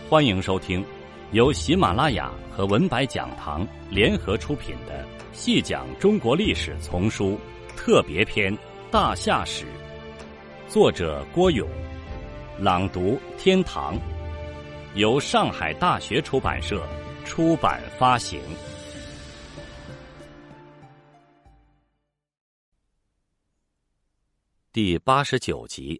欢迎收听由喜马拉雅和文白讲堂联合出品的细讲中国历史丛书特别篇《大夏史》，作者郭勇，朗读天堂，由上海大学出版社出版发行。第89集，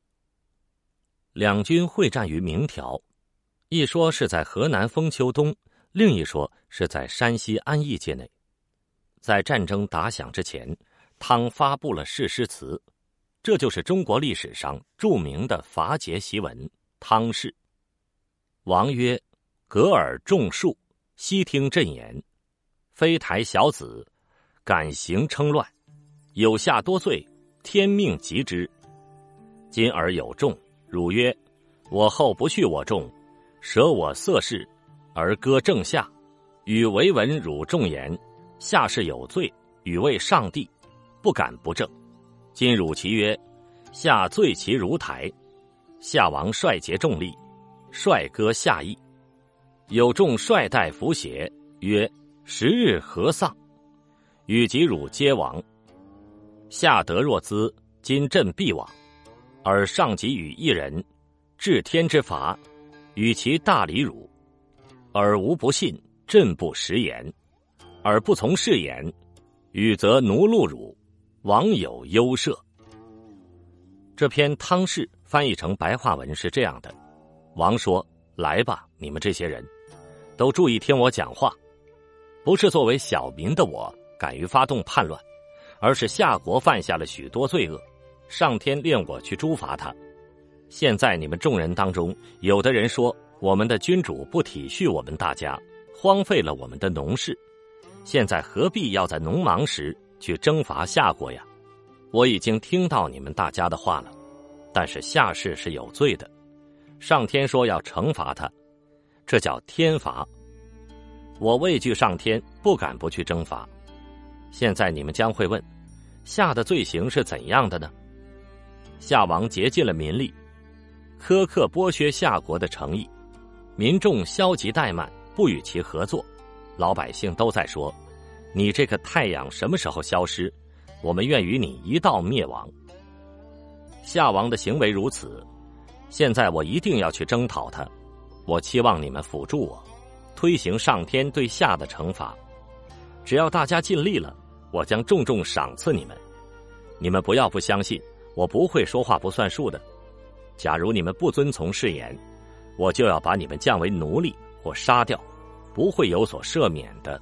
两军会战于明条，一说是在河南封丘东，另一说是在山西安邑界内。在战争打响之前，汤发布了誓师词，这就是中国历史上著名的伐桀檄文汤誓。王曰：格尔众庶，悉听朕言，非台小子，敢行称乱，有下多罪，天命及之。今尔有众，汝曰：我后不恤我众，舍我色事，而割正下，与为闻汝众言，下士有罪，与为上帝，不敢不正。今汝其曰，下罪其如台，夏王率结众力，率割下邑。有众率带服邪，曰：时日何丧？与及汝皆亡。夏得若兹，今朕必往，而上级与一人，治天之罚，与其大礼辱，尔无不信，朕不实言，而不从是言，与则奴戮辱，王有忧赦。这篇汤誓翻译成白话文是这样的：王说，来吧，你们这些人都注意听我讲话，不是作为小民的我敢于发动叛乱，而是夏国犯下了许多罪恶，上天令我去诛伐他。现在你们众人当中，有的人说我们的君主不体恤我们大家，荒废了我们的农事，现在何必要在农忙时去征伐夏国呀？我已经听到你们大家的话了，但是夏氏是有罪的，上天说要惩罚他，这叫天罚。我畏惧上天，不敢不去征伐。现在你们将会问，夏的罪行是怎样的呢？夏王竭尽了民力，苛刻剥削夏国的诚意，民众消极怠慢，不与其合作，老百姓都在说，你这个太阳什么时候消失？我们愿与你一道灭亡。夏王的行为如此，现在我一定要去征讨他，我期望你们辅助我，推行上天对夏的惩罚。只要大家尽力了，我将重重赏赐你们。你们不要不相信，我不会说话不算数的。假如你们不遵从誓言，我就要把你们降为奴隶或杀掉，不会有所赦免的。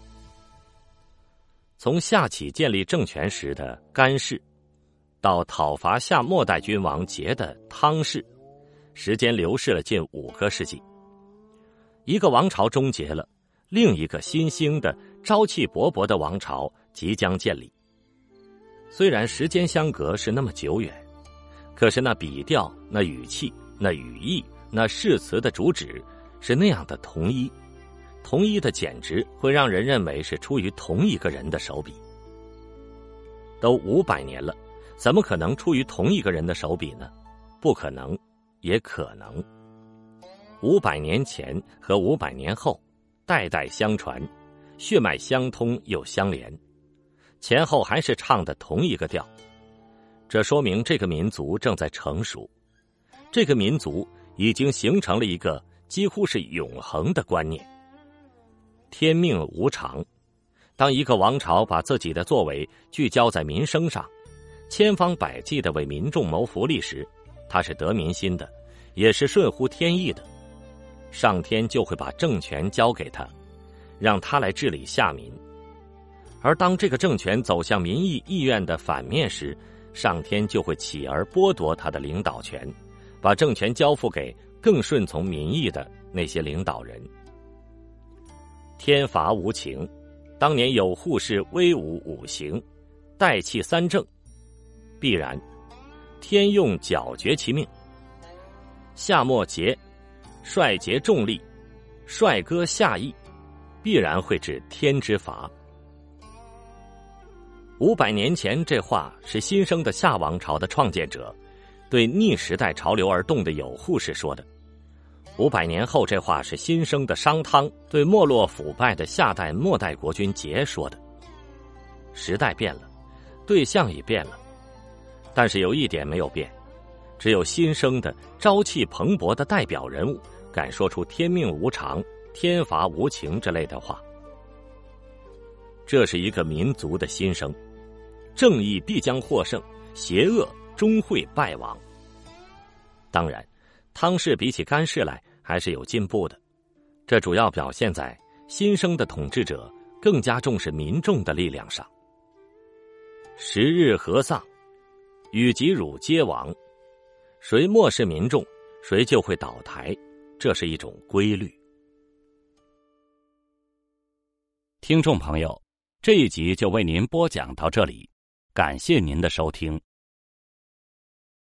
从夏起建立政权时的干氏，到讨伐夏末代君王桀的汤氏，时间流逝了近5个世纪。一个王朝终结了，另一个新兴的朝气勃勃的王朝即将建立。虽然时间相隔是那么久远，可是那笔调、那语气、那语义、那誓词的主旨是那样的统一，统一的简直会让人认为是出于同一个人的手笔。都500年了，怎么可能出于同一个人的手笔呢？不可能，也可能。500年前和500年后，代代相传，血脉相通又相连，前后还是唱的同一个调。这说明这个民族正在成熟，这个民族已经形成了一个几乎是永恒的观念。天命无常，当一个王朝把自己的作为聚焦在民生上，千方百计地为民众谋福利时，他是得民心的，也是顺乎天意的。上天就会把政权交给他，让他来治理下民。而当这个政权走向民意意愿的反面时，上天就会起而剥夺他的领导权，把政权交付给更顺从民意的那些领导人。天罚无情，当年有扈氏威武5行，代弃3政，必然天用绞绝其命。夏末桀率结众力，率割下邑，必然会致天之罚。500年前，这话是新生的夏王朝的创建者对逆时代潮流而动的有扈氏说的。 500年后，这话是新生的商汤对没落腐败的夏代末代国君桀说的。时代变了，对象也变了，但是有一点没有变，只有新生的朝气蓬勃的代表人物敢说出天命无常、天罚无情之类的话。这是一个民族的新生，正义必将获胜，邪恶终会败亡。当然，汤氏比起干氏来还是有进步的，这主要表现在新生的统治者更加重视民众的力量上。10日合丧，禹及汝皆亡，谁漠视民众，谁就会倒台，这是一种规律。 听众朋友，这一集就为您播讲到这里，感谢您的收听。